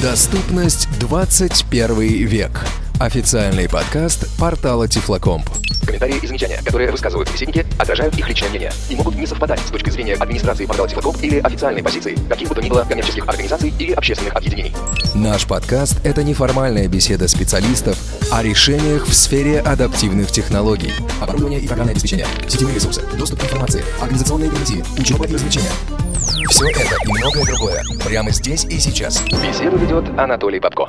Доступность 21 век. Официальный подкаст портала Тифлокомп. Комментарии и замечания, которые высказывают собеседники, отражают их личное мнение и могут не совпадать с точки зрения администрации портала Тифлокомп или официальной позиции каких бы то ни было коммерческих организаций или общественных объединений. Наш подкаст – это неформальная беседа специалистов о решениях в сфере адаптивных технологий. Оборудование и программное обеспечение, сетевые ресурсы, доступ к информации, организационные гарантии, учеба и развлечения. Все это и многое другое прямо здесь и сейчас. Беседу ведет Анатолий Бабко.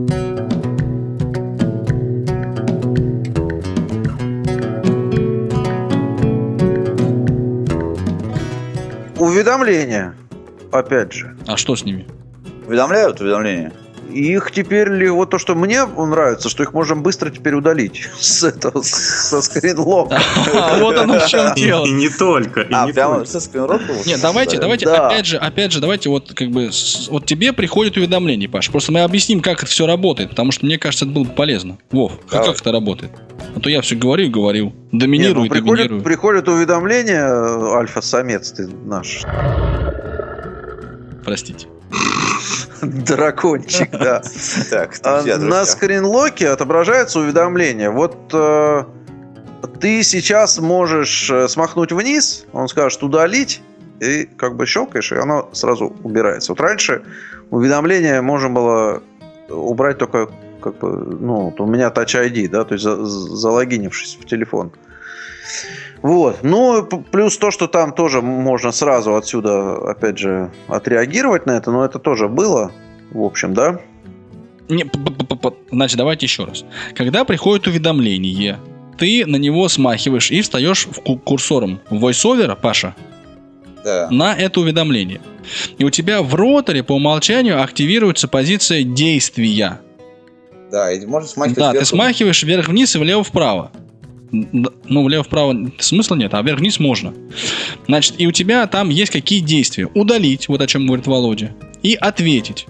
Уведомления, опять же. А что с ними? Уведомляют уведомления? Их теперь, вот то, что мне нравится, что их можем быстро теперь удалить со скринлока. Вот оно в чем дело. И не только. Прямо со скринлока? Нет, давайте, опять же, давайте вот как бы вот тебе приходит уведомление, Паш. Просто мы объясним, как это все работает, потому что мне кажется, это было бы полезно. Вов, как это работает? А то я все говорю. Доминирую. Приходит уведомление, альфа-самец ты наш. Простите. Дракончик, да. Так, на скринлоке отображается уведомление. Вот ты сейчас можешь смахнуть вниз, он скажет удалить, и как бы щелкаешь, и оно сразу убирается. Вот раньше уведомление можно было убрать только как бы, у меня Touch ID, да, то есть залогинившись в телефон. Вот. Ну, плюс то, что там тоже можно сразу отсюда, опять же, отреагировать на это, но это тоже было, в общем, да? Значит, давайте еще раз. Когда приходит уведомление, ты на него смахиваешь и встаешь курсором VoiceOver, Паша, на это уведомление. И у тебя в роторе по умолчанию активируется позиция действия. Да, и можно смахивать вверх. Да, ты смахиваешь вверх-вниз и влево-вправо. Ну, влево-вправо смысла нет, а вверх-вниз можно. Значит, и у тебя там есть какие действия. Удалить, вот о чем говорит Володя, и ответить.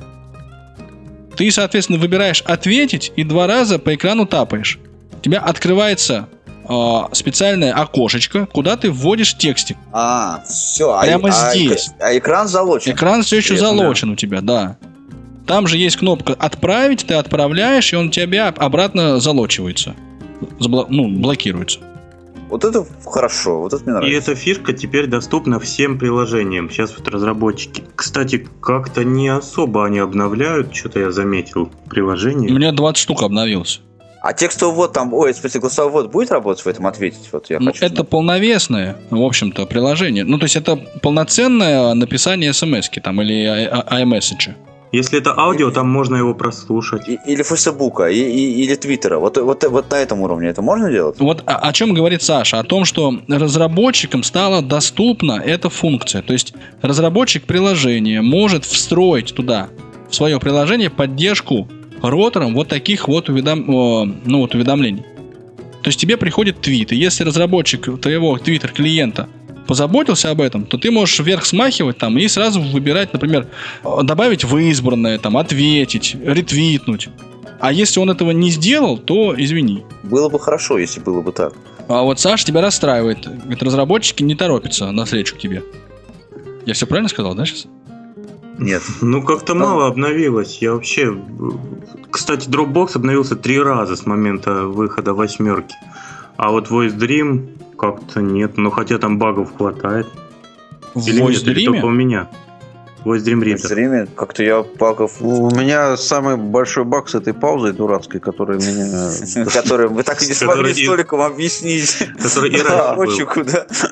Ты, соответственно, выбираешь ответить и 2 раза по экрану тапаешь. У тебя открывается специальное окошечко, куда ты вводишь текстик. Все. Прямо здесь. А экран залочен. Экран все еще залочен у тебя, да. Там же есть кнопка «Отправить», ты отправляешь, и он у тебя обратно залочивается. Блокируется. Вот это хорошо, вот это мне нравится. И эта фишка теперь доступна всем приложениям. Сейчас вот разработчики, кстати, как-то не особо они обновляют, что-то я заметил приложение. У меня 20 штук обновилось. А текстовый ввод там, голосовой ввод будет работать в этом ответить? Вот я хочу это знать. Полновесное, в общем-то, приложение. То есть это полноценное написание смс-ки там или iMessage. Если это аудио, там можно его прослушать. Или Фейсбука, или Твиттера. Вот на этом уровне это можно делать? Вот о чем говорит Саша. О том, что разработчикам стала доступна эта функция. То есть разработчик приложения может встроить туда, в свое приложение, поддержку ротором вот таких вот уведомлений. То есть тебе приходит твит. И если разработчик твоего твиттер-клиента позаботился об этом, то ты можешь вверх смахивать там и сразу выбирать, например, добавить в избранное, там, ответить, ретвитнуть. А если он этого не сделал, то извини. Было бы хорошо, если было бы так. А вот Саша тебя расстраивает. Говорит, разработчики не торопятся навстречу к тебе. Я все правильно сказал, да, сейчас? Нет. Как-то мало обновилось. Я вообще... Кстати, Dropbox обновился 3 раза с момента выхода 8. А вот VoiceDream как-то нет. Хотя там багов хватает. Или нет, или только у меня. VoiceDream Reader. Как-то я багов... У меня самый большой баг с этой паузой дурацкой, которая меня... Которую вы так и не смогли с Толиком объяснить. Который и раньше был.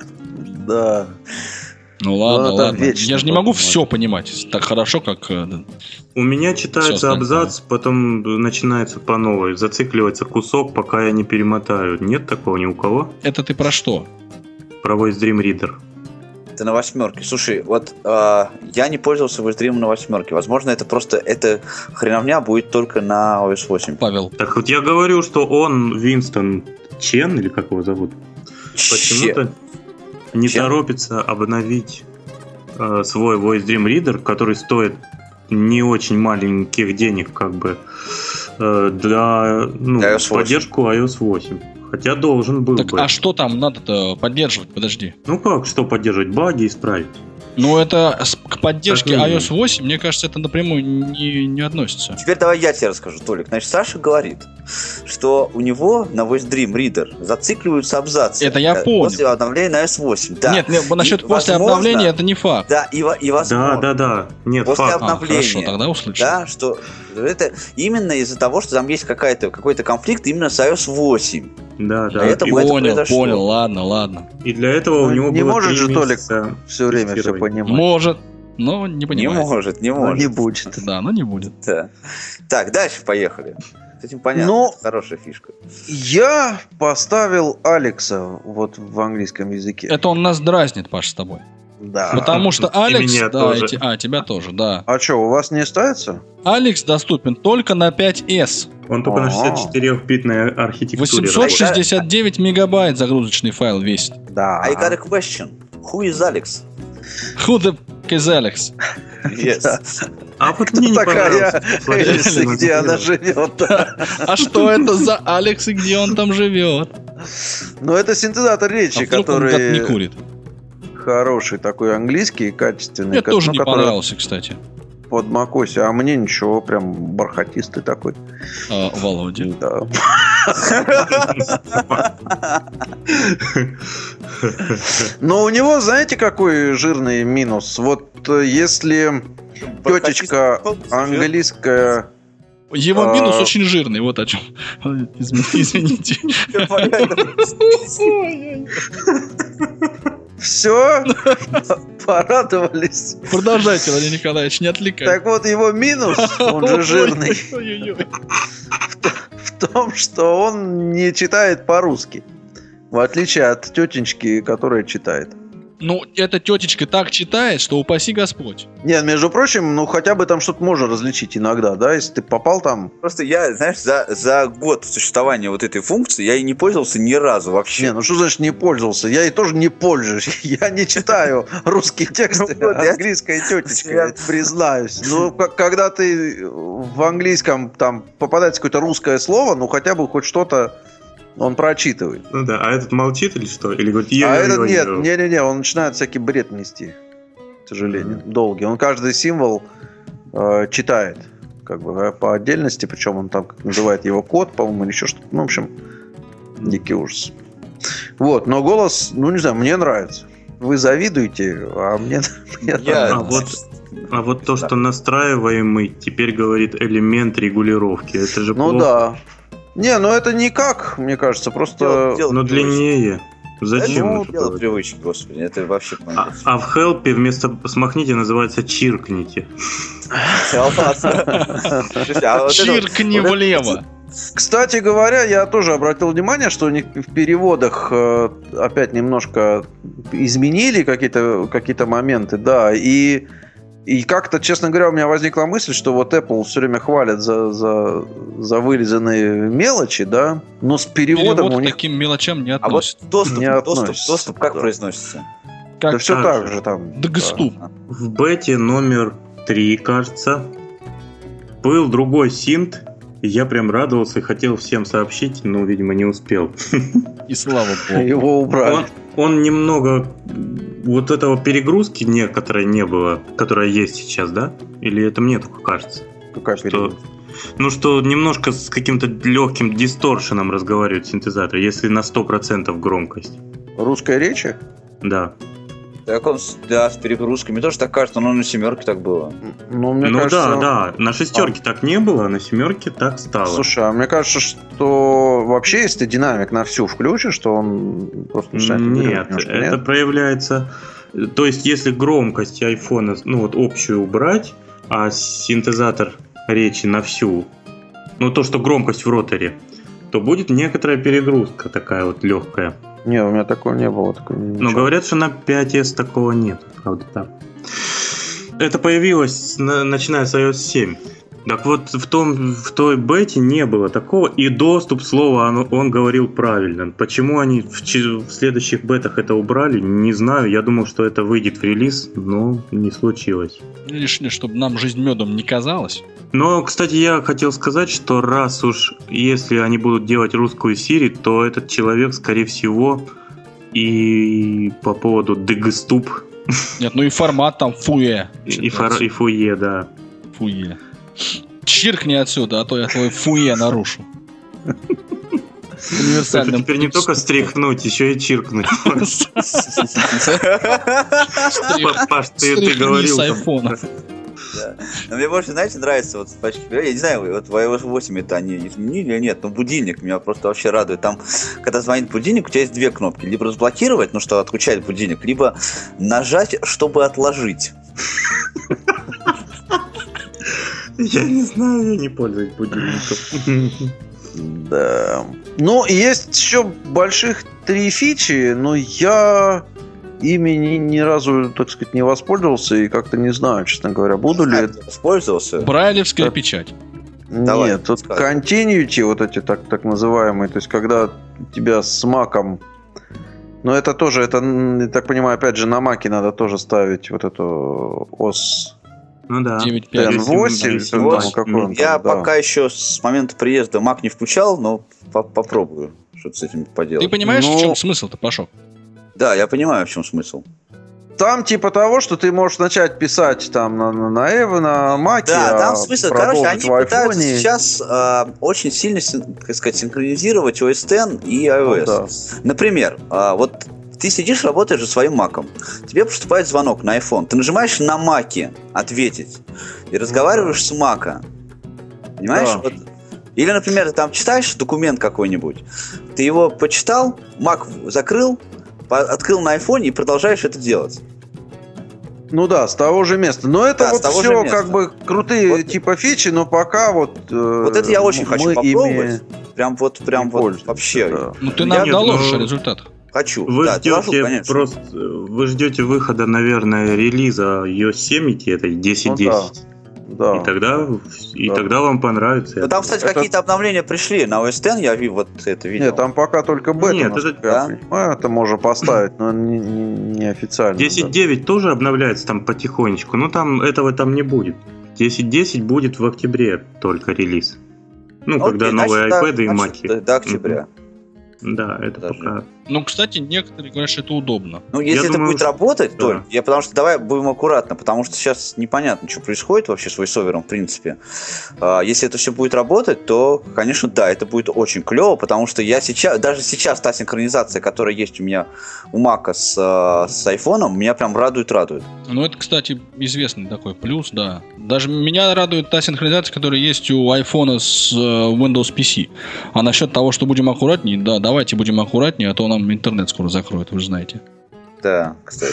Да. Ладно. Я же не могу все понимать так хорошо, как... У меня читается абзац, потом начинается по новой. Зацикливается кусок, пока я не перемотаю. Нет такого ни у кого? Это ты про что? Про VoiceDream Reader. Это на 8. Слушай, вот я не пользовался VoiceDream на 8. Возможно, это просто эта хреновня будет только на iOS 8. Павел. Так вот я говорю, что он, Винстон Чен, или как его зовут, почему-то не торопится обновить свой VoiceDream Reader, который стоит не очень маленьких денег, как бы, для поддержку iOS 8. Хотя должен был так, быть. А что там надо-то поддерживать? Подожди. Ну как, что поддерживать? Баги исправить. Ну, это к поддержке Как минимум. iOS 8, мне кажется, это напрямую не относится. Теперь давай я тебе расскажу, Толик. Значит, Саша говорит, что у него на Voice Dream Reader зацикливаются абзацы. Это я понял. После обновления на iOS 8. Да. Нет, насчет И, после возможно, обновления это не факт. Да, и возможно. Да. Нет, После факт. обновления. Хорошо, тогда услышал. Да, что это именно из-за того, что там есть какой-то конфликт именно с iOS 8. Да. Поэтому это произошло. Понял, ладно. И для этого у него Не было может 3 же Толик месяца все время все тестирования. понимать. Может, но не Не понимает. может. Но не будет. Да, но не будет. Да. Так, дальше поехали. С этим понятно. Ну, это хорошая фишка. Я поставил Алекса вот в английском языке. Это он нас дразнит, Паш, с тобой. Да. Потому что И Алекс... меня Да, тоже. тебя тоже, да. А что, у вас не ставится? Алекс доступен только на 5S. Он только на А. 64-битной архитектуре. 869 мегабайт загрузочный файл весит. Да. I got a question. Who is Alex? Who the f*** is Alex? Yes. А вот мне не Такая понравилось. Элис, где она живет. А что это за Алекс и где он там живет? Ну, это синтезатор А речи, вдруг он как не который курит? хороший такой английский, качественный. Мне тоже не который понравился, кстати. Под macOS, а мне ничего, прям бархатистый такой. Володя. Да. Но у него, знаете, какой жирный минус? Вот если тетечка английская... Его минус очень жирный, вот о чем. Извините. Все? Порадовались? Продолжайте, Владимир Николаевич, не отвлекайте. Так вот, его минус, он же жирный, в том, что он не читает по-русски. В отличие от тетенечки, которая читает. Ну, эта тетечка так читает, что упаси Господь. Нет, между прочим, ну хотя бы там что-то можно различить иногда, да, если ты попал там. Просто я, знаешь, за год существования вот этой функции я и не пользовался ни разу вообще. Не, ну что значит не пользовался? Я и тоже не пользуюсь. Я не читаю русские тексты английской тетечкой, я признаюсь. Ну, когда ты в английском там попадается какое-то русское слово, ну хотя бы хоть что-то он прочитывает. Ну да, а этот молчит или что? Или говорит, А этот нет, не-не-не, он начинает всякий бред нести, к сожалению, долгий. Он каждый символ читает, как бы по отдельности, причем он там как называет его код, по-моему, или еще что-то. Ну, в общем, дикий ужас. Вот, но голос, ну не знаю, мне нравится. Вы завидуете, а мне нравится. А вот то, что настраиваемый, теперь говорит элемент регулировки, это же Ну плохо. да. Не, ну это никак, мне кажется, просто... Но длиннее. Зачем Ну, это дело делать? привычки, господи, это вообще... А в хелпе вместо «смахните» называется «чиркните». Чиркни влево. Кстати говоря, я тоже обратил внимание, что они в переводах опять немножко изменили какие-то моменты, да, и как-то, честно говоря, у меня возникла мысль, что вот Apple все время хвалят за вырезанные мелочи, да, но с переводом Перевод у к них... таким мелочам не А вот относится. доступ, Не относится, доступ как да. произносится? Да Как все так так же. же там. Дагступ. В бете номер 3, кажется, был другой синт. И я прям радовался и хотел всем сообщить, но, видимо, не успел. И слава Да. богу. Его убрали. Он немного... Вот этого перегрузки некоторой не было, которая есть сейчас, да? Или это мне только кажется? Какая Что, перевод? ну, что немножко с каким-то легким дисторшеном разговаривает синтезатор, если на 100% громкость. Русской речи? Да. Так он, да, с перегрузкой. Мне тоже так кажется, но на семерке так было. Ну, мне Ну кажется... да. На шестерке так не было, а на семерке так стало. Слушай, а мне кажется, что вообще, если ты динамик на всю включишь, то он просто начинает Нет, играть немножко, это проявляется... То есть, если громкость айфона, ну вот общую убрать, а синтезатор речи на всю, ну то, что громкость в роторе, то будет некоторая перегрузка такая вот легкая. Не, у меня такого не было. Но говорят, что на 5S такого нет, правда так. Это появилось начиная с iOS 7. Так вот, в той бете не было такого, и доступ слова он говорил правильно. Почему они в следующих бетах это убрали, не знаю. Я думал, что это выйдет в релиз, но не случилось. Решили, чтобы нам жизнь медом не казалась. Но, кстати, я хотел сказать, что раз уж если они будут делать русскую Siri, то этот человек, скорее всего, и по поводу Дагступ Нет, ну и формат там фуе. И фуе, да. Фуе. Чиркни отсюда, а то я твой фуе нарушу. Универсальным. Теперь не только стряхнуть, еще и чиркнуть. Паш, ты говорил. С айфона. Но мне больше, знаете, нравится вот пачки. Я не знаю, вот в iOS 8 это они изменили или нет, но будильник меня просто вообще радует. Там, когда звонит будильник, у тебя есть две кнопки. Либо разблокировать, ну что, отключать будильник, либо нажать, чтобы отложить. Я не знаю, я не пользуюсь будильником. Да. Ну, есть еще больших 3 фичи, но я ими ни разу, так сказать, не воспользовался и как-то не знаю, честно говоря, буду ли... Воспользовался? Брайлевская печать. Давай, нет, тут continuity, вот эти так называемые, то есть когда у тебя с маком... Но это тоже, это, я так понимаю, опять же, на маке надо тоже ставить вот эту ос... Ну да. 9.8. Я пока еще с момента приезда Mac не включал, но попробую что-то с этим поделать. Ты понимаешь, в чем смысл-то, Пашок? Да, я понимаю, в чем смысл. Там типа того, что ты можешь начать писать там на Эве, на Маке. Да, там смысл. Короче, они пытаются сейчас очень сильно, так сказать, синхронизировать OS X и iOS. Да. Например, вот ты сидишь, работаешь за своим маком. Тебе поступает звонок на iPhone. Ты нажимаешь на маке ответить и разговариваешь с мака. Понимаешь? Да. Вот. Или, например, ты там читаешь документ какой-нибудь. Ты его почитал, мак закрыл, открыл на iPhone и продолжаешь это делать. Ну да, с того же места. Но это вот все как бы крутые вот, типа фичи, но пока вот... Вот это я очень хочу попробовать. Прям вот вообще. Да. Ну ты нам доложишь о результатах. Хочу. Вы ждете просто, вы ждете выхода, наверное, релиза iOS 7, это 10.10. Ну, да. И тогда вам понравится. Ну, там, кстати, какие-то обновления пришли. На OS X я вот это видел. Нет, там пока только бета. Нет, это можно поставить, но не официально. 10.9 тоже обновляется там потихонечку, но там этого там не будет. 10.10 будет в октябре только релиз. Ну, когда новые iPad и Mac. До октября. Да, это даже пока... Ну, кстати, некоторые говорят, что это удобно. Ну, если это будет работать, то потому что давай будем аккуратно, потому что сейчас непонятно, что происходит вообще с войсовером, в принципе. Если это все будет работать, то, конечно, да, это будет очень клево, потому что даже сейчас та синхронизация, которая есть у меня у Мака с айфоном, меня прям радует. Ну, это, кстати, известный такой плюс, да. Даже меня радует та синхронизация, которая есть у айфона с Windows PC. А насчет того, что будем аккуратнее, да, давайте будем аккуратнее, а то нам интернет скоро закроют, вы же знаете. Да, кстати.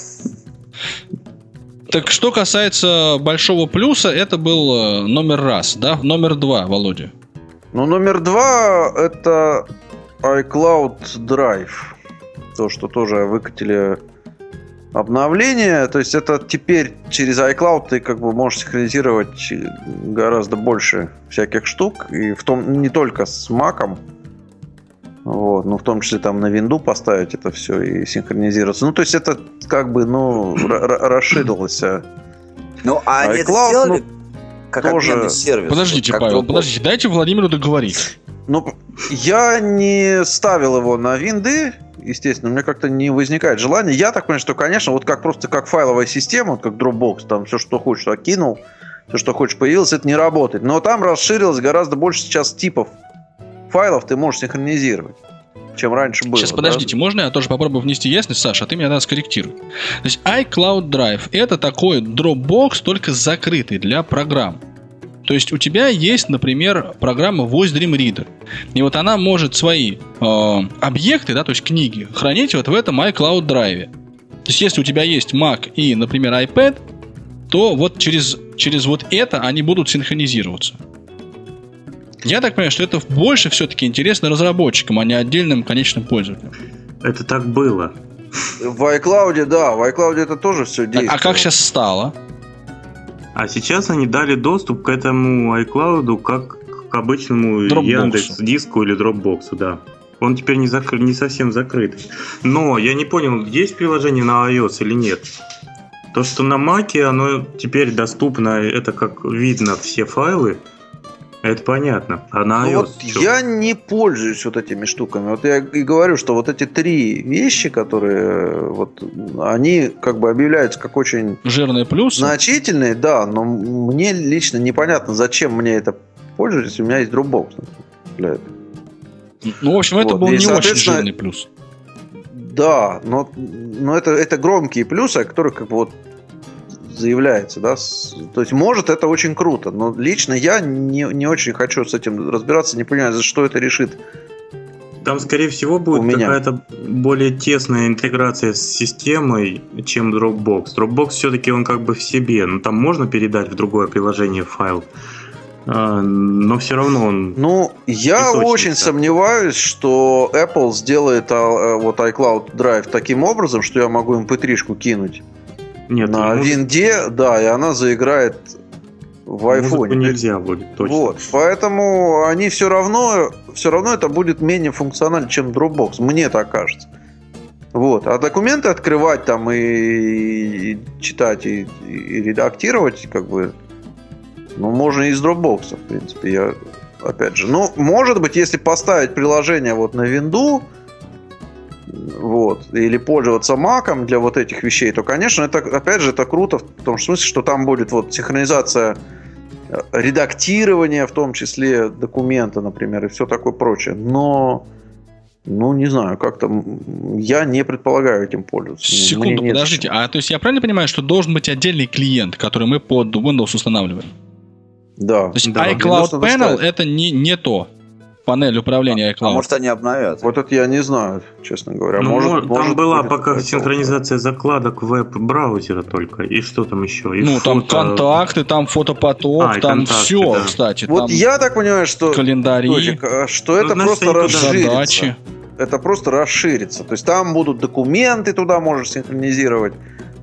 Так что касается большого плюса, это был номер раз, да? Номер 2, Володя. Ну, номер 2 это iCloud Drive. То, что тоже выкатили обновление. То есть это теперь через iCloud ты как бы можешь синхронизировать гораздо больше всяких штук. И в том не только с Mac'ом. Вот, ну, в том числе там на винду поставить это все и синхронизироваться. Ну, то есть это как бы, расширилось. Ну, а они это сделали как обменный сервис? Подождите, Павел, подождите, дайте Владимиру договорить. Ну, я не ставил его на винды, естественно, у меня как-то не возникает желания. Я так понимаю, что, конечно, вот просто как файловая система, вот как Dropbox, там все, что хочешь, окинул, все, что хочешь, появилось, это не работает. Но там расширилось гораздо больше сейчас типов файлов ты можешь синхронизировать, чем раньше было. Сейчас, подождите, можно я тоже попробую внести ясность, Саша, а ты меня надо скорректировать. То есть iCloud Drive — это такой Dropbox, только закрытый для программ. То есть у тебя есть, например, программа Voice Dream Reader. И вот она может свои объекты, да, то есть книги, хранить вот в этом iCloud Drive. То есть если у тебя есть Mac и, например, iPad, то вот через вот это они будут синхронизироваться. Я так понимаю, что это больше все-таки интересно разработчикам, а не отдельным конечным пользователям. Это так было. В iCloud, да, в iCloud это тоже все действует. А как сейчас стало? А сейчас они дали доступ к этому iCloud как к обычному Яндекс.Диску или Dropbox, да. Он теперь не совсем закрытый. Но я не понял, есть приложение на iOS или нет. То, что на Mac'е оно теперь доступно, это как видно все файлы. Это понятно. А на iOS вот я не пользуюсь вот этими штуками. Вот я и говорю, что вот эти 3 вещи, которые вот они как бы объявляются как очень жирные плюсы, значительные, да, но мне лично непонятно, зачем мне это пользоваться, если у меня есть Dropbox для этого. Ну, в общем, это был не очень жирный плюс. Да, но это громкие плюсы, о которых как бы вот заявляется, да. То есть, может, это очень круто, но лично я не очень хочу с этим разбираться, не понимаю, за что это решит. Там, скорее всего, будет какая-то более тесная интеграция с системой, чем Dropbox. Dropbox все-таки он как бы в себе, но там можно передать в другое приложение файл. Но все равно он... Ну, я очень сомневаюсь, что Apple сделает вот iCloud Drive таким образом, что я могу MP3-шку кинуть на винде, да, и она заиграет в iPhone. Нельзя будет, точно. Вот, поэтому они все равно это будет менее функционально, чем Dropbox, мне так кажется. Вот, а документы открывать там и читать, и редактировать, как бы, ну, можно и из Dropbox, в принципе, я, опять же. Ну, может быть, если поставить приложение вот на винду, вот, или пользоваться Mac'ом для вот этих вещей, то, конечно, это, опять же, это круто в том смысле, что там будет вот синхронизация редактирования, в том числе документа, например, и все такое прочее. Но, ну, не знаю, как-то я не предполагаю этим пользоваться. Секунду, подождите. А то есть я правильно понимаю, что должен быть отдельный клиент, который мы под Windows устанавливаем? Да. То есть iCloud Panel это не то. Панель управления iCloud. А может, они обновят? Вот это я не знаю, честно говоря. Ну, может была пока синхронизация закладок веб-браузера только. И что там еще? И ну, там контакты, там фотопоток, там контакты, все, да. Кстати. Вот там я так понимаю, что... Календари. Что это просто расширится. Задачи. Это просто расширится. То есть там будут документы, туда можешь синхронизировать.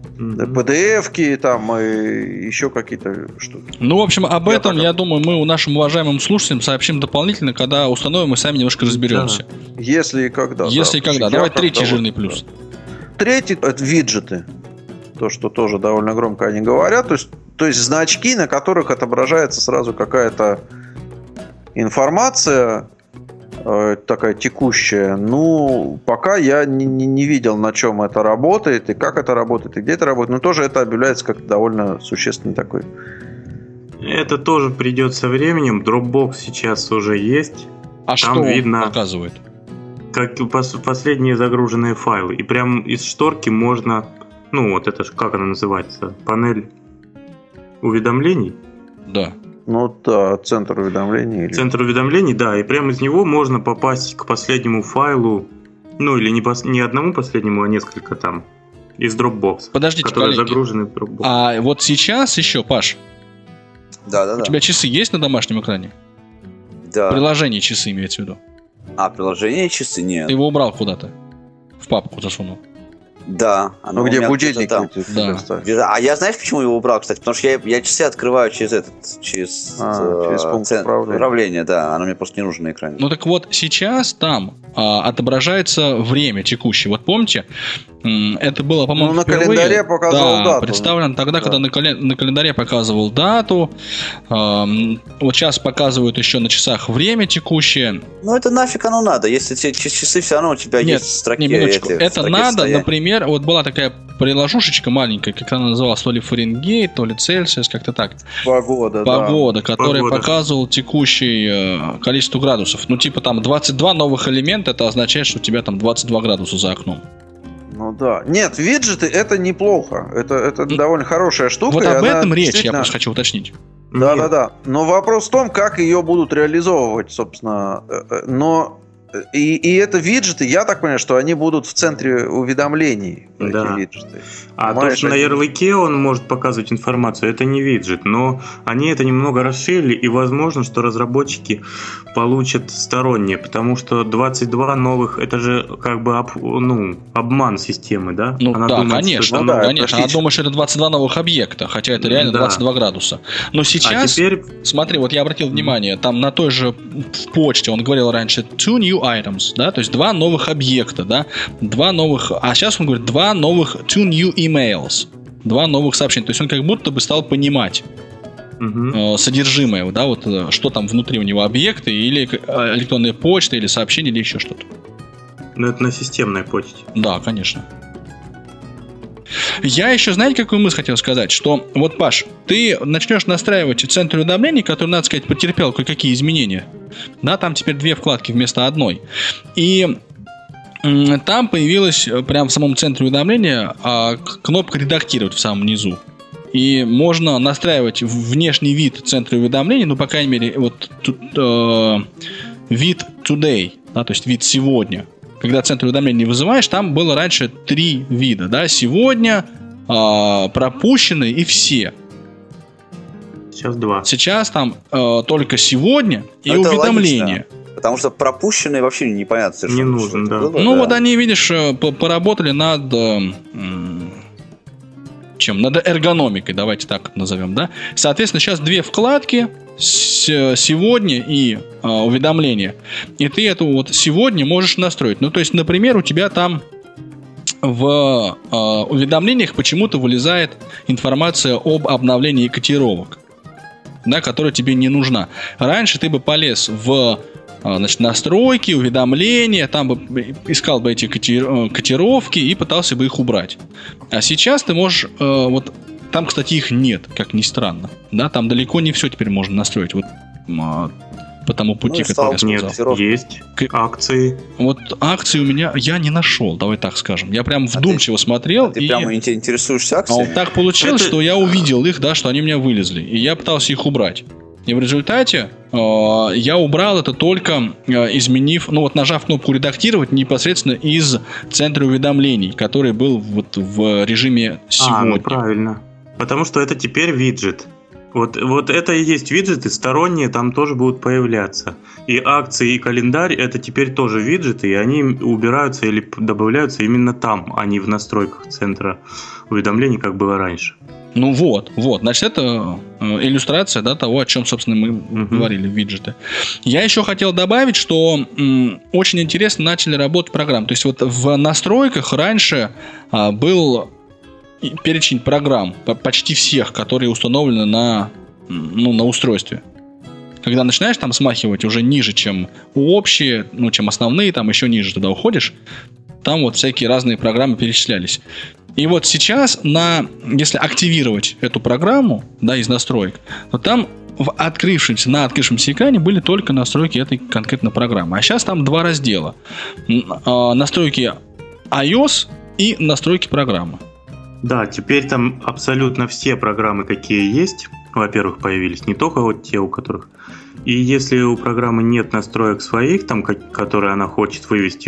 PDF-ки там и еще какие-то штуки. Ну, в общем, об этом, я думаю, мы нашим уважаемым слушателям сообщим дополнительно, когда установим и сами немножко разберемся. Да. Если и когда. Если и когда. Давай третий жирный плюс. Третий – это виджеты. То, что тоже довольно громко они говорят. То есть значки, на которых отображается сразу какая-то информация такая текущая. Ну, пока я не видел, на чем это работает, и как это работает, и где это работает. Но тоже это объявляется как довольно существенный такой. Это тоже придет со временем. Dropbox сейчас уже есть. А там что видно, показывает? Как последние загруженные файлы. И прям из шторки можно... Ну, вот это же, как она называется? Панель уведомлений? Да. Ну да, центр уведомлений. Центр уведомлений, да, и прямо из него можно попасть к последнему файлу, ну или не одному последнему, а несколько там, из Dropbox. Подождите, которые загружены в Dropbox. А вот сейчас еще, Паш, да. У тебя часы есть на домашнем экране? Да. Приложение часы имеется в виду? А, приложение часы нет. Ты его убрал куда-то? В папку засунул? Да. Ну, где будильник там. Да. А я знаешь, почему его убрал, кстати? Потому что я часы открываю через пункт управления, да. Оно мне просто не нужно на экране. Ну так вот, сейчас там отображается время текущее. Вот помните, это было, по-моему, на календаре показывал дату. Представлено тогда, когда на календаре показывал дату. Вот сейчас показывают еще на часах время текущее. Ну это нафиг оно надо, если те часы все равно у тебя есть в строке. Это надо, например, вот была такая приложушечка маленькая, как она называлась, то ли Фаренгейт, то ли Цельсиус, как-то так. Погода, которая показывала текущее количество градусов. Ну типа там 22 новых элемента, это означает, что у тебя там 22 градуса за окном. Ну да. Нет, виджеты это неплохо. Это довольно хорошая штука. Вот об этом речь, я просто хочу уточнить. Да. Но вопрос в том, как ее будут реализовывать, собственно. Но и это виджеты, я так понимаю, что они будут в центре уведомлений. Да. Эти виджеты. А то, что на ярлыке он может показывать информацию, это не виджет. Но они это немного расширили, и возможно, что разработчики получат сторонние, потому что 22 новых, это же как бы обман системы, да? Ну она думает, конечно. Она думает, что это 22 новых объекта, хотя это реально 22 градуса. Но сейчас, смотри, вот я обратил внимание, там на той же в почте он говорил раньше 2 new items, да, то есть 2 новых объекта, да, 2 новых, а сейчас он говорит 2 новых 2 new emails, 2 новых сообщения, то есть он как будто бы стал понимать. содержимое, да, вот что там внутри у него, объекты или электронная почта, или сообщение, или еще что-то. Ну, это на системной почте. Да, конечно. Я еще, знаете, какую мысль хотел сказать? Что вот, Паш, ты начнешь настраивать центр уведомлений, который, надо сказать, потерпел кое-какие изменения. Да, там теперь 2 вкладки вместо одной. И там появилась прямо в самом центре уведомления кнопка «Редактировать» в самом низу. И можно настраивать внешний вид центра уведомлений, ну, по крайней мере, вот вид today, да, то есть вид сегодня. Когда центр уведомлений вызываешь, там было раньше 3 вида, да, сегодня, пропущенные и все. Сейчас 2. Сейчас там только сегодня и уведомления. Логично, потому что пропущенные вообще непонятно совершенно. Не нужен, да. Было, ну, да. вот они, видишь, поработали над над эргономикой, давайте так назовем, да. Соответственно, сейчас 2 вкладки, сегодня и уведомления. И ты эту вот сегодня можешь настроить. Ну, то есть, например, у тебя там в уведомлениях почему-то вылезает информация об обновлении котировок, да, которая тебе не нужна. Раньше ты бы полез в настройки, уведомления, там бы искал бы эти котировки и пытался бы их убрать. А сейчас ты можешь вот там, кстати, их нет, как ни странно. Да, там далеко не все теперь можно настроить. Вот по тому пути, который я сказал. Нет, есть акции. Вот акции у меня я не нашел, давай так скажем. Я прям вдумчиво смотрел. Ты прямо интересуешься акциями? Вот так получилось, что я увидел их, да, что они у меня вылезли. И я пытался их убрать. И в результате я убрал это только изменив, ну вот нажав кнопку «Редактировать» непосредственно из центра уведомлений, который был вот в режиме «Сегодня». Ну правильно. Потому что это теперь виджет. Вот это и есть виджеты, сторонние там тоже будут появляться. И акции, и календарь это теперь тоже виджеты, и они убираются или добавляются именно там, а не в настройках центра уведомлений, как было раньше. Ну вот, значит, это иллюстрация, да, того, о чем, собственно, мы говорили, виджеты. Я еще хотел добавить, что очень интересно начали работать программы. То есть вот в настройках раньше был перечень программ, почти всех, которые установлены на устройстве. Когда начинаешь там смахивать уже ниже, чем общие, чем основные, там еще ниже туда уходишь, там вот всякие разные программы перечислялись. И вот сейчас, если активировать эту программу, да, из настроек, то там на открывшемся экране были только настройки этой конкретно программы. А сейчас там 2 раздела. Настройки iOS и настройки программы. Да, теперь там абсолютно все программы, какие есть, во-первых, появились. Не только вот те, у которых... И если у программы нет настроек своих, там, которые она хочет вывести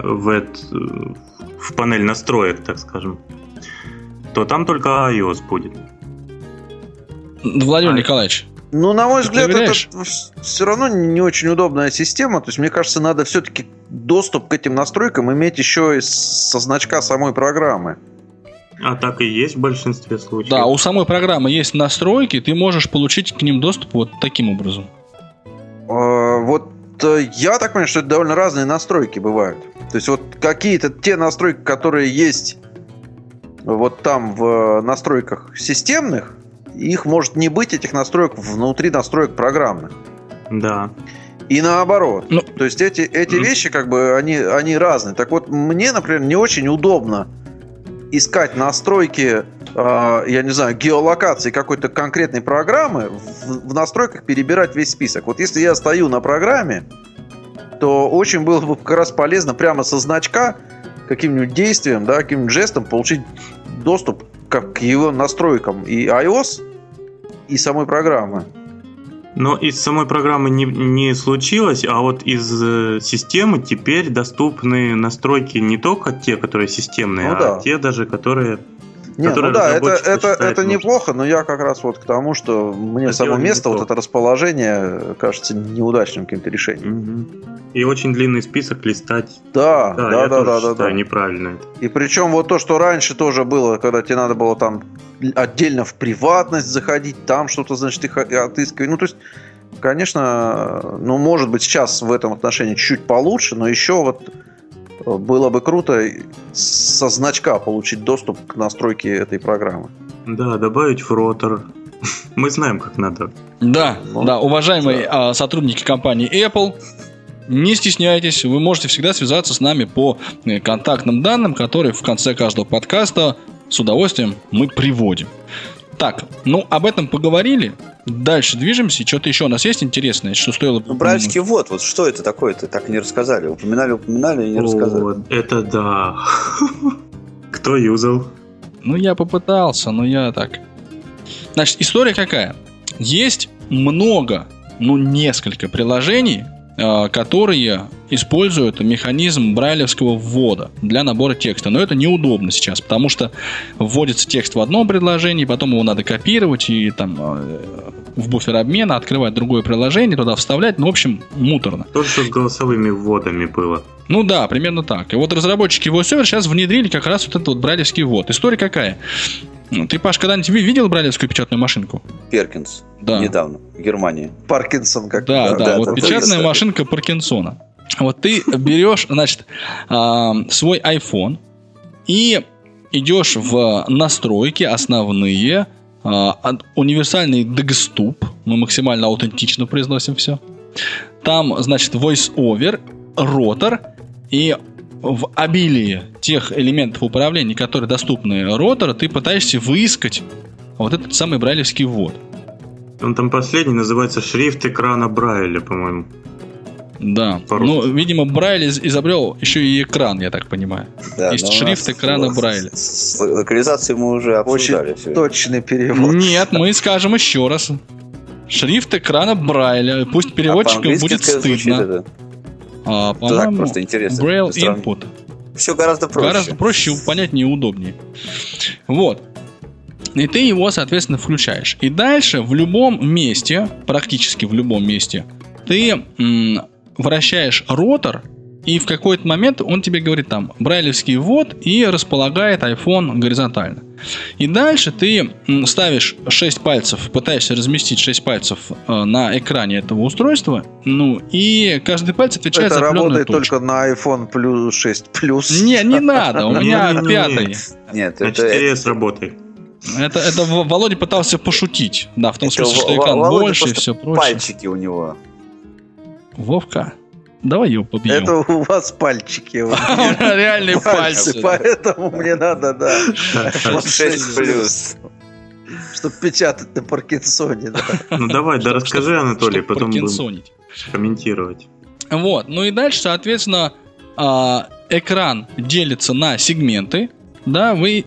в панель настроек, так скажем, то там только iOS будет. Владимир Николаевич. Ну, на мой взгляд, это все равно не очень удобная система. То есть, мне кажется, надо все-таки доступ к этим настройкам иметь еще и со значка самой программы. А так и есть в большинстве случаев. Да, у самой программы есть настройки, ты можешь получить к ним доступ вот таким образом. Вот я так понимаю, что это довольно разные настройки бывают. То есть вот какие-то те настройки, которые есть вот там в настройках системных, их может не быть, этих настроек, внутри настроек программы. Да. И наоборот. То есть эти вещи, как бы, они разные. Так вот, мне, например, не очень удобно искать настройки, я не знаю, геолокации какой-то конкретной программы, в настройках перебирать весь список. Вот если я стою на программе, то очень было бы как раз полезно прямо со значка каким-нибудь действием, да, каким-нибудь жестом получить доступ к его настройкам и iOS, и самой программы. Но из самой программы не случилось, а вот из системы теперь доступны настройки не только те, которые системные, те даже, которые... Это неплохо, но я как раз вот к тому, что мне само место, вот это расположение, кажется неудачным каким-то решением. И очень длинный список листать. Да. Неправильно это. И причем вот то, что раньше тоже было, когда тебе надо было там отдельно в приватность заходить, там что-то, значит, их отыскивать. Ну, то есть, конечно, может быть, сейчас в этом отношении чуть получше, но еще вот было бы круто со значка получить доступ к настройке этой программы. Да, добавить в ротор Мы знаем, как надо. Да, уважаемые сотрудники компании Apple, не стесняйтесь, вы можете всегда связаться с нами по контактным данным, которые в конце каждого подкаста с удовольствием мы приводим. Так, об этом поговорили. Дальше движемся. Что-то еще у нас есть интересное, что стоило... Брайлевский ввод, вот что это такое-то? Так и не рассказали. Упоминали и не рассказали. Это да. Кто юзал? Я попытался, но я так... Значит, история какая? Есть много, несколько приложений, которые используют механизм брайлевского ввода для набора текста. Но это неудобно сейчас, потому что вводится текст в одном предложении, потом его надо копировать и там в буфер обмена открывать другое приложение, туда вставлять. В общем, муторно. То, что с голосовыми вводами было. Да, примерно так. И вот разработчики VoiceOver сейчас внедрили как раз вот этот вот брайлевский ввод. История какая? Ты, Паш, когда-нибудь видел брайлевскую печатную машинку? Перкинс. Да. Недавно, в Германии. Паркинсон как. Да, вот печатная машинка Паркинсона. Вот ты берешь, значит, свой iPhone и идешь в настройки основные, универсальный декступ, мы максимально аутентично произносим все. Там, значит, VoiceOver, ротор, и в обилии тех элементов управления, которые доступны ротору, ты пытаешься выискать вот этот самый брайлевский ввод. Он там последний называется шрифт экрана Брайля, по-моему. Да. Видимо, Брайль изобрел еще и экран, я так понимаю. Да, есть шрифт экрана Брайля. С локализацией мы уже обсуждали. Очень точный перевод. Нет, мы скажем еще раз. Шрифт экрана Брайля. Пусть переводчикам будет стыдно. По-моему, просто интересно. Braille Input. Все гораздо проще. Гораздо проще, понятнее и удобнее. Вот. И ты его, соответственно, включаешь. И дальше в любом месте, практически в любом месте, ты вращаешь ротор, и в какой-то момент он тебе говорит там брайлевский ввод и располагает iPhone горизонтально. И дальше ты ставишь 6 пальцев, пытаешься разместить 6 пальцев на экране этого устройства, и каждый палец отвечает за определенную точку. Это работает только на iPhone Plus 6 Plus. Не надо, у меня 5-й. Нет, на 4S работает. Это Володя пытался пошутить. Да, в том смысле, что экран больше и все прочее. Пальчики у него. Вовка, давай его побьем. Это у вас пальчики. Реальные пальцы. Поэтому мне надо, да. 6+. Чтобы печатать на Паркинсоне, да. Давай, расскажи, Анатолий, потом будем комментировать. Вот, и дальше, соответственно, экран делится на сегменты. Да, вы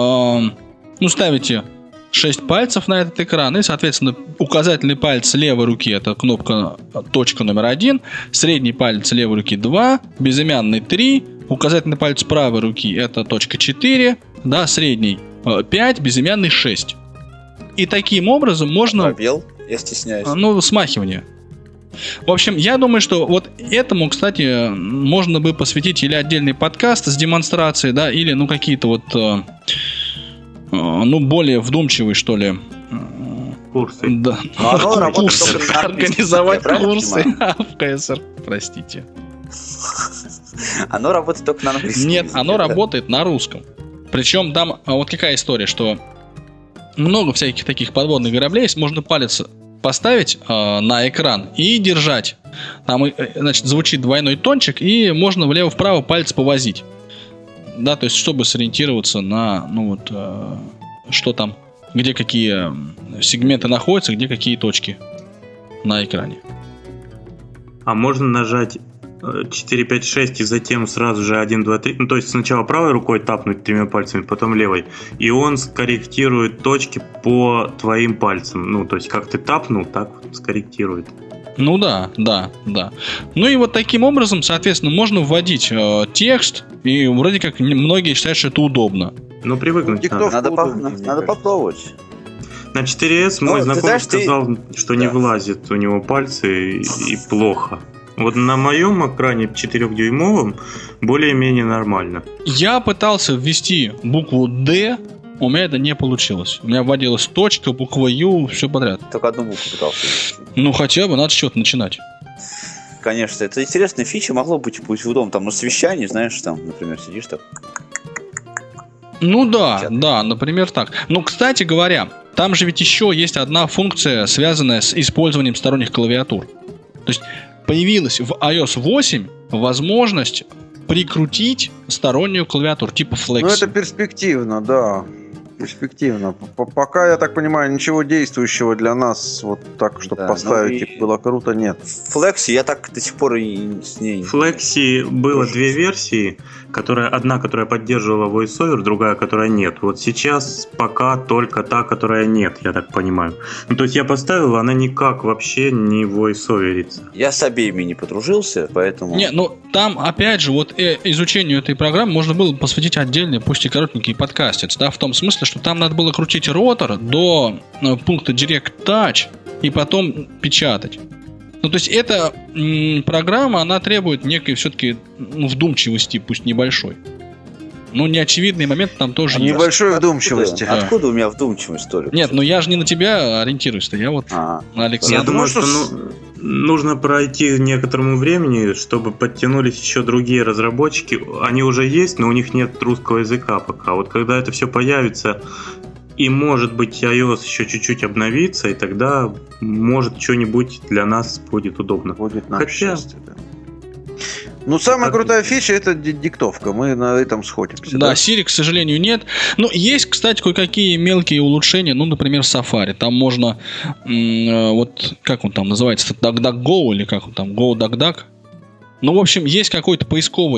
ставите 6 пальцев на этот экран, и, соответственно, указательный палец левой руки — это кнопка точка номер 1, средний палец левой руки 2, безымянный 3, указательный палец правой руки — это точка 4, да, средний 5, безымянный 6. И таким образом можно... Пробел, я стесняюсь. Смахивание. В общем, я думаю, что вот этому, кстати, можно бы посвятить или отдельный подкаст с демонстрацией, да, или, какие-то вот... более вдумчивый, что ли. Курсы. Да. Курсы. Организовать курсы в КСР. Простите. Оно работает только на английском. Нет, оно работает на русском. Причем там вот какая история, что много всяких таких подводных кораблей есть. Можно палец поставить на экран и держать. Там, значит, звучит двойной тончик, и можно влево-вправо палец повозить. Да, то есть, чтобы сориентироваться на, что там, где какие сегменты находятся, где какие точки на экране. А можно нажать 4, 5, 6 и затем сразу же 1, 2, 3. То есть сначала правой рукой тапнуть 3 пальцами, потом левой. И он скорректирует точки по твоим пальцам. То есть как ты тапнул, так скорректирует. Да. И вот таким образом, соответственно, можно вводить текст, и вроде как многие считают, что это удобно. Привыкнуть надо попробовать. На 4S мой знакомый сказал, что не вылазит у него пальцы и плохо. Вот на моем экране 4-дюймовом более-менее нормально. Я пытался ввести букву D, у меня это не получилось. У меня вводилась точка, буква Ю, все подряд. Только одну букву пытался ввести. Хотя бы, надо с чего-то начинать. Конечно, это интересная фича, могло быть пусть удобно. Там на совещании, знаешь, там, например, сидишь так. Ну да, например так. Ну, кстати говоря, там же ведь еще есть одна функция, связанная с использованием сторонних клавиатур. То есть появилась в iOS 8 возможность прикрутить стороннюю клавиатуру, типа Flexi. Ну, это перспективно, да. Перспективно. Пока, я так понимаю, ничего действующего для нас вот так, чтобы поставить, было круто, нет. Flexi я так до сих пор и с ней... Flexi было две версии, одна, которая поддерживала VoiceOver, другая, которая нет. Вот сейчас пока только та, которая нет, я так понимаю. Ну, то есть я поставил, она никак вообще не VoiceOverится. Я с обеими не подружился, поэтому... Не, ну там, опять же, вот изучению этой программы можно было посвятить отдельный, пусть и коротенький подкастец, да, в том смысле, что там надо было крутить ротор до пункта Direct Touch и потом печатать. Ну, то есть эта программа, она требует некой все-таки вдумчивости, пусть небольшой. Ну, неочевидный момент там тоже есть. Небольшой вдумчивости. Откуда у меня вдумчивость, Толик? Нет, ну я же не на тебя ориентируюсь-то, я вот на Александра. Я думаю, что нужно пройти некоторому времени, чтобы подтянулись еще другие разработчики. Они уже есть, но у них нет русского языка пока. Вот когда это все появится, и может быть iOS еще чуть-чуть обновится, и тогда может что-нибудь для нас будет удобно. Будет нам счастье, да. Ну, самая крутая фича — это диктовка. Мы на этом сходимся. Да, Siri, к сожалению, нет. Ну, есть, кстати, кое-какие мелкие улучшения. Ну, например, Safari. Там можно, вот, как он там называется, DuckDuckGo или как он там, GoDuckDuck. Ну, в общем, есть какой-то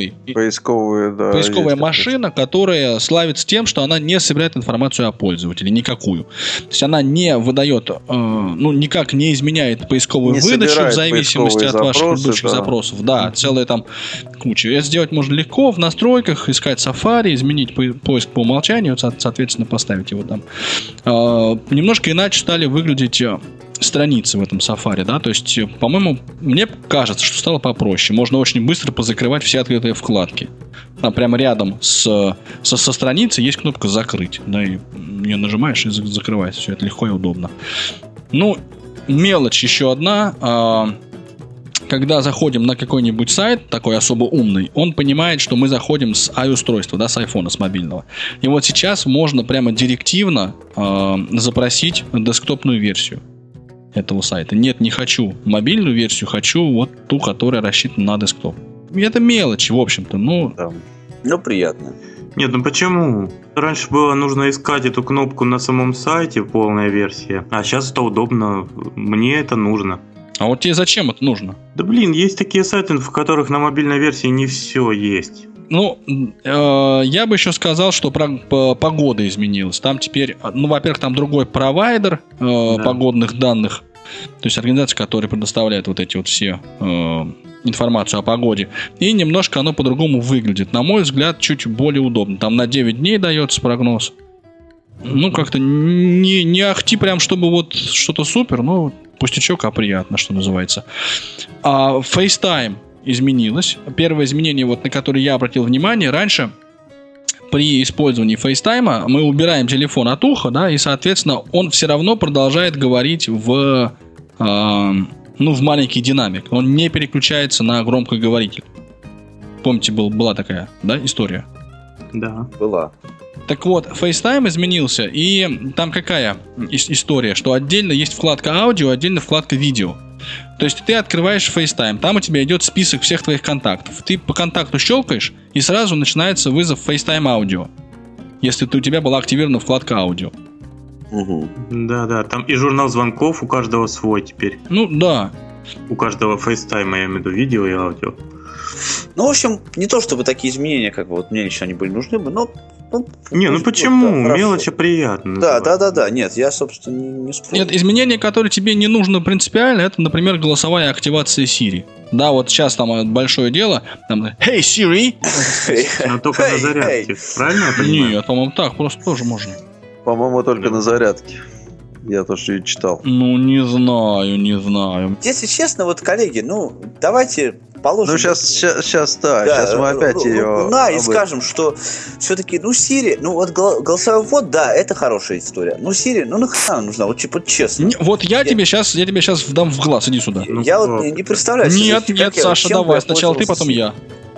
поисковая машина, которая славится тем, что она не собирает информацию о пользователе, никакую. То есть она не выдает, никак не изменяет поисковую выдачу в зависимости от ваших предыдущих запросов. Да, целая там куча. Это сделать можно легко в настройках, искать Safari, изменить поиск по умолчанию, соответственно, поставить его там. Немножко иначе стали выглядеть страницы в этом Safari, да, то есть, по-моему, мне кажется, что стало попроще. Можно очень быстро позакрывать все открытые вкладки. Там прямо рядом со страницей есть кнопка «Закрыть», да, и ее нажимаешь и закрывается. Все это легко и удобно. Ну, мелочь еще одна. Когда заходим на какой-нибудь сайт, такой особо умный, он понимает, что мы заходим с i-устройства, да, с айфона, с мобильного. И вот сейчас можно прямо директивно запросить десктопную версию этого сайта. Нет, не хочу мобильную версию, хочу вот ту, которая рассчитана на десктоп. И это мелочи, в общем-то, Да. Ну, приятно. Нет, ну почему? Раньше было нужно искать эту кнопку на самом сайте, полная версия, а сейчас это удобно, мне это нужно. А вот тебе зачем это нужно? Да блин, есть такие сайты, в которых на мобильной версии не все есть. Ну, я бы еще сказал, что погода изменилась. Там теперь, во-первых, там другой провайдер погодных данных. То есть организация, которая предоставляет вот эти вот все информацию о погоде. И немножко оно по-другому выглядит. На мой взгляд, чуть более удобно. Там на 9 дней дается прогноз. Ну, как-то не ахти прям, чтобы вот что-то супер, но пустячок, а приятно, что называется. А FaceTime изменилось. Первое изменение, вот, на которое я обратил внимание, раньше при использовании FaceTime мы убираем телефон от уха, да, и, соответственно, он все равно продолжает говорить в маленький динамик. Он не переключается на громкоговоритель. Помните, была такая, да, история? Да. Была. Так вот, FaceTime изменился, и там какая история, что отдельно есть вкладка аудио, отдельно вкладка видео. То есть ты открываешь FaceTime, там у тебя идет список всех твоих контактов. Ты по контакту щелкаешь, и сразу начинается вызов FaceTime аудио, если у тебя была активирована вкладка аудио. Угу. Да, там и журнал звонков у каждого свой теперь. Ну, да. У каждого FaceTime, я имею в виду, видео и аудио. Ну, в общем, не то чтобы такие изменения, как бы вот мне лично они были нужны бы, но... почему? Да, мелочи приятно. Да. Нет, я, собственно, не спорю. Нет, изменения, которые тебе не нужно принципиально, это, например, голосовая активация Siri. Да, вот сейчас там большое дело. Там, «Hey, Siri!» Но только на зарядке. Правильно я понимаю? Нет, по-моему, так просто тоже можно. По-моему, только на зарядке. Я тоже читал. Ну, не знаю. Если честно, вот, коллеги, давайте положим... Ну, сейчас мы опять ее... И скажем, что все-таки, Siri, вот голосовой ввод, да, это хорошая история. Siri, нахрена нужна, вот честно. Вот я тебе сейчас вдам в глаз, иди сюда. Я вот не представляю. Нет, Саша, давай, сначала ты, потом я.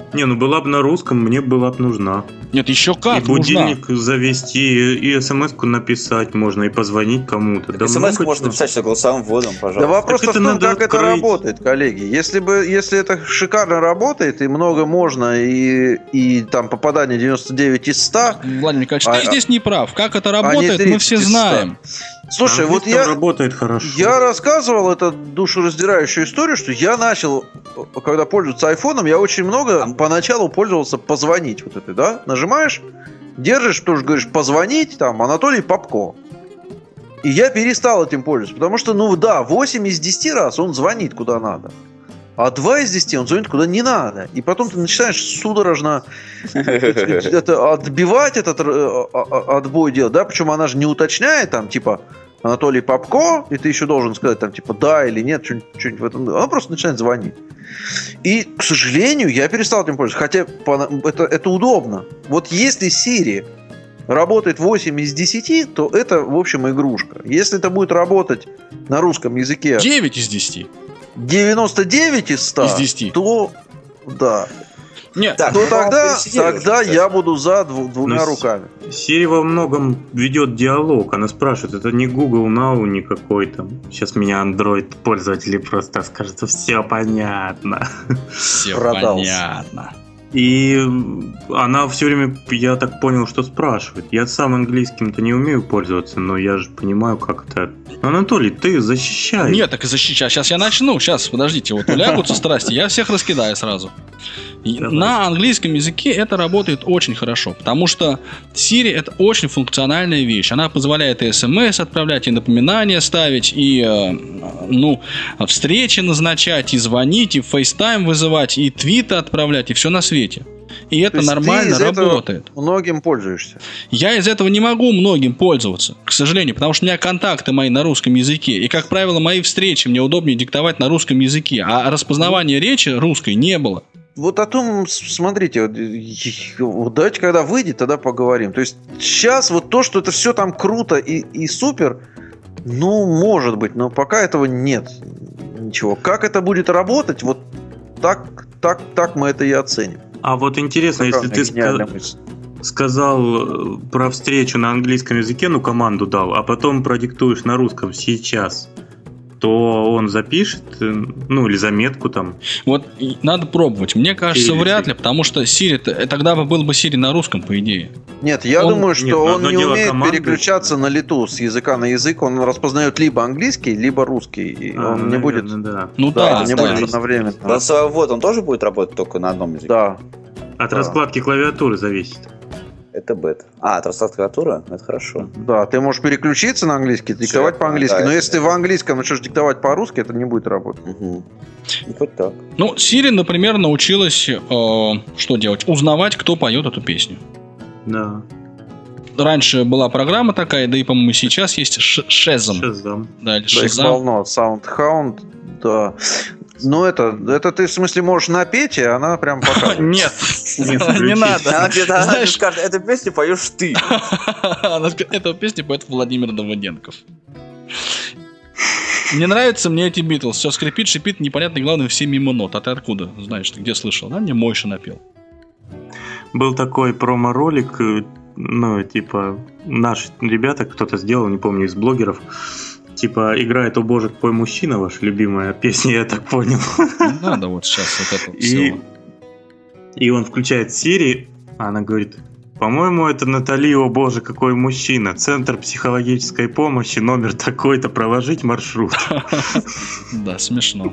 Не, ну была бы на русском, мне была бы нужна. Нет, еще как и будильник завести, и смс-ку написать можно, и позвонить кому-то. Да смс-ку можно написать голосовым вводом, пожалуйста. Да вопрос в том, как это работает, коллеги. Если это шикарно работает, и много можно, и там попадание 99 из 100... Владимир Николаевич, ты здесь не прав. Как это работает, мы все знаем. Слушай, вот работает хорошо. Я рассказывал эту душераздирающую историю, что я начал, когда пользоваться айфоном, я очень много поначалу пользовался позвонить вот этой, да? Нажимаешь, держишь, тоже говоришь позвонить, там, Анатолий Попко. И я перестал этим пользоваться, потому что, 8 из 10 раз он звонит куда надо. А 2 из 10 он звонит куда не надо. И потом ты начинаешь судорожно отбивать этот отбой делать, да? Причем она же не уточняет, там, типа, Анатолий Попко, и ты еще должен сказать, там, типа, да или нет, что-нибудь в этом. Она просто начинает звонить. И, к сожалению, я перестал этим пользоваться. Хотя это удобно. Вот если Siri работает 8 из 10, то это, в общем, игрушка. Если это будет работать на русском языке... 9 из 10. 99 из 100, из 10. То да. Нет, то тогда я буду за двумя руками. Siri во многом ведет диалог. Она спрашивает, это не Google Now никакой там. Сейчас меня Android пользователи просто скажут, все понятно. Все понятно. И она все время, я так понял, что спрашивает. Я сам английским-то не умею пользоваться, но я же понимаю, как это... Анатолий, ты защищай. Нет, так и защищай. Сейчас я начну. Сейчас, подождите, вот улягутся страсти. Я всех раскидаю сразу. На английском языке это работает очень хорошо, потому что Siri это очень функциональная вещь. Она позволяет и смс отправлять, и напоминания ставить, и встречи назначать, и звонить, и FaceTime вызывать, и твиты отправлять, и все на свете. И это нормально работает. Многим пользуешься. Я из этого не могу многим пользоваться, к сожалению, потому что у меня контакты мои на русском языке. И, как правило, мои встречи мне удобнее диктовать на русском языке. А распознавания речи русской не было. Вот о том, смотрите, давайте, когда выйдет, тогда поговорим. То есть сейчас вот то, что это все там круто и супер, может быть, но пока этого нет ничего. Как это будет работать, вот так мы это и оценим. А вот интересно, если ты сказал про встречу на английском языке, команду дал, а потом продиктуешь на русском сейчас, то он запишет, или заметку там. Вот надо пробовать. Мне кажется, вряд ли, потому что Siri, тогда был бы Siri на русском, по идее. Нет, я думаю, что он не умеет переключаться на лету с языка на язык. Он распознает либо английский, либо русский. И он не будет... не будет одновременно. Голосовой ввод, он тоже будет работать только на одном языке? Да. От раскладки клавиатуры зависит. Это бета. От раскладки клавиатуры? Это хорошо. Да, ты можешь переключиться на английский, диктовать по-английски. Но если ты в английском начнешь диктовать по-русски, это не будет работать. Хоть так. Siri, например, научилась что делать? Узнавать, кто поет эту песню. Да. Раньше была программа такая, да и, по-моему, сейчас есть Shazam. Да, или Shazam. Их полно. SoundHound, да. Это ты, в смысле, можешь напеть, и она прям показывает. Нет, не надо. Она скажет, эту песню поешь ты. Эту песню поет Владимир Давыденков. Не нравятся мне эти Битлз. Все скрипит, шипит, непонятно, главное, все мимо нот. А ты откуда знаешь, ты где слышал? Мне Мойша напел. Был такой промо-ролик, наши ребята, кто-то сделал, не помню, из блогеров, играет «О боже, какой мужчина», ваша любимая песня, я так понял. Не надо вот сейчас вот это все. И он включает Siri, а она говорит: по-моему, это Натали, о боже, какой мужчина. Центр психологической помощи, номер такой-то, проложить маршрут. Да, смешно.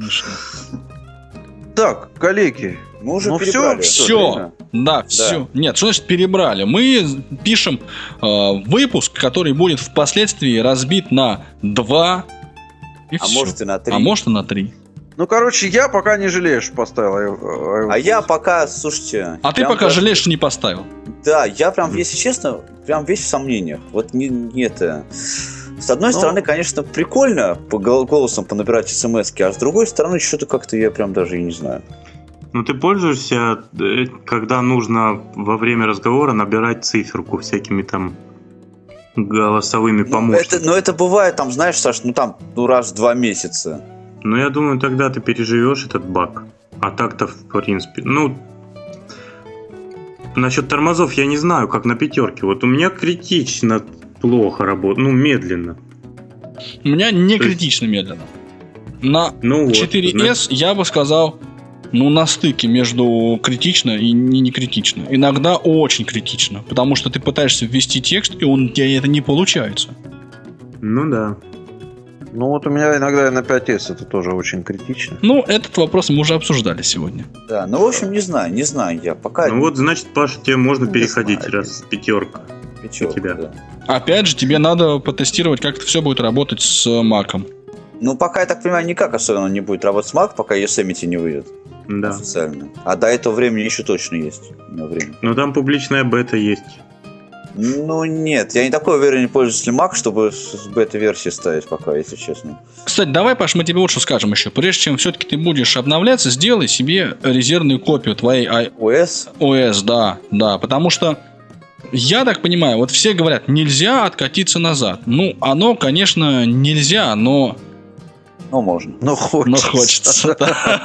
Так, коллеги, мы уже перебрали. Все. Да, все. Нет, что значит перебрали? Мы пишем выпуск, который будет впоследствии разбит на 2. Может и на 3. А может и на 3. Я пока не жалею, что поставил. А я пока, слушайте... А ты пока жалеешь, что не поставил. Да, я прям, если честно, весь в сомнениях. Вот не это... С одной стороны, конечно, прикольно по голосом понабирать смс-ки, а с другой стороны, что-то как-то я прям даже и не знаю. Ты пользуешься, когда нужно во время разговора набирать циферку всякими там голосовыми помощниками. Это бывает, там, знаешь, Саш, раз в 2 месяца. Я думаю, тогда ты переживешь этот баг. А так-то, в принципе, насчет тормозов я не знаю, как на 5. Вот у меня критично плохо работает, медленно. У меня не критично медленно. На 4S я бы сказал, на стыке между критично и не критично. Иногда очень критично, потому что ты пытаешься ввести текст, и у тебя это не получается. Ну да. Вот у меня иногда и на 5S это тоже очень критично. Этот вопрос мы уже обсуждали сегодня. Да, в общем, не знаю я пока. Значит, Паша, тебе можно переходить, раз 5. Пятерка, да. Опять же, тебе надо потестировать, как это все будет работать с Mac'ом. Пока, я так понимаю, никак особенно не будет работать с Mac, пока Yosemite не выйдет. Да. Официально. А до этого времени еще точно есть. Там публичная бета есть. Нет, я не такой уверенный пользователь Mac, чтобы с бета-версии ставить пока, если честно. Кстати, давай, Паш, мы тебе вот что скажем еще. Прежде чем все-таки ты будешь обновляться, сделай себе резервную копию твоей OS, да, потому что я так понимаю, вот все говорят, нельзя откатиться назад. Оно, конечно, нельзя, но... можно. Но хочется.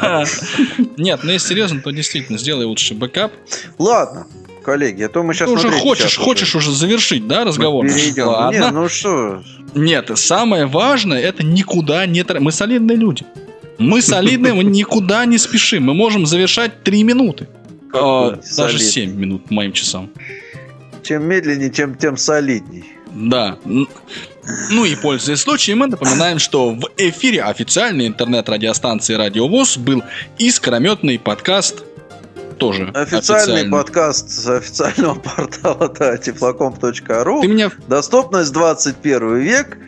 Нет, если серьезно, то действительно сделай лучше бэкап. Ладно, коллеги, а то мы сейчас... Ты уже хочешь уже завершить, да, разговор? Ладно. Нет, что... Нет, самое важное, это никуда не... Мы солидные люди. Мы солидные, мы никуда не спешим. Мы можем завершать 3 минуты. Даже 7 минут по моим часам. Чем медленнее, тем солидней. Да. И пользуясь случаем, мы напоминаем, что в эфире официальной интернет-радиостанции Радио ВОС был искрометный подкаст. Тоже официальный подкаст с официального портала tiflocomp.ru. Доступность 21 век.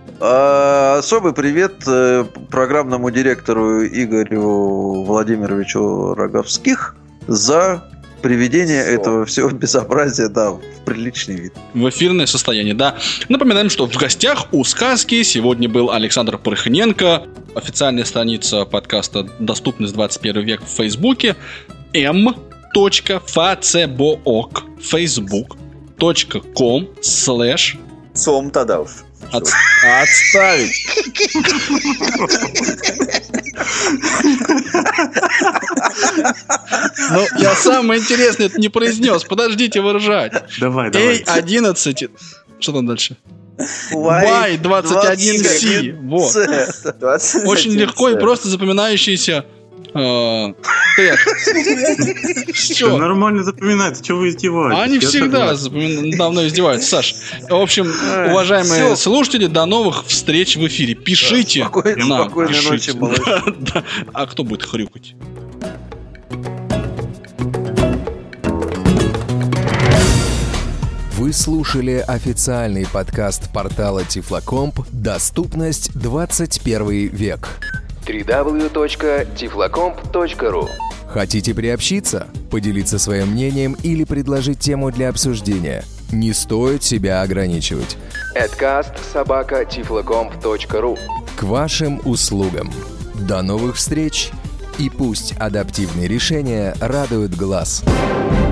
Особый привет программному директору Игорю Владимировичу Роговских за приведение этого всего безобразия, в приличный вид. В эфирное состояние, да. Напоминаем, что в гостях у сказки сегодня был Александр Порохненко, официальная страница подкаста «Доступность 21 век» в Фейсбуке, m.facebook, facebook.com/ Сом тогда уж. Отставить. Я самое интересное это не произнес. Подождите вы ржать. Давай. A11. Что там дальше? Y21C. Вот. Очень легко и просто запоминающийся Все нормально запоминается, что вы издеваетесь? Они всегда давно издеваются, Саш. В общем, уважаемые слушатели, до новых встреч в эфире. Пишите нам. Спокойной ночи, малыш. А кто будет хрюкать? Вы слушали официальный подкаст портала Тифлокомп «Доступность 21 век». www.tiflocomp.ru. Хотите приобщиться, поделиться своим мнением или предложить тему для обсуждения? Не стоит себя ограничивать. @tiflocomp.ru. К вашим услугам. До новых встреч! И пусть адаптивные решения радуют глаз.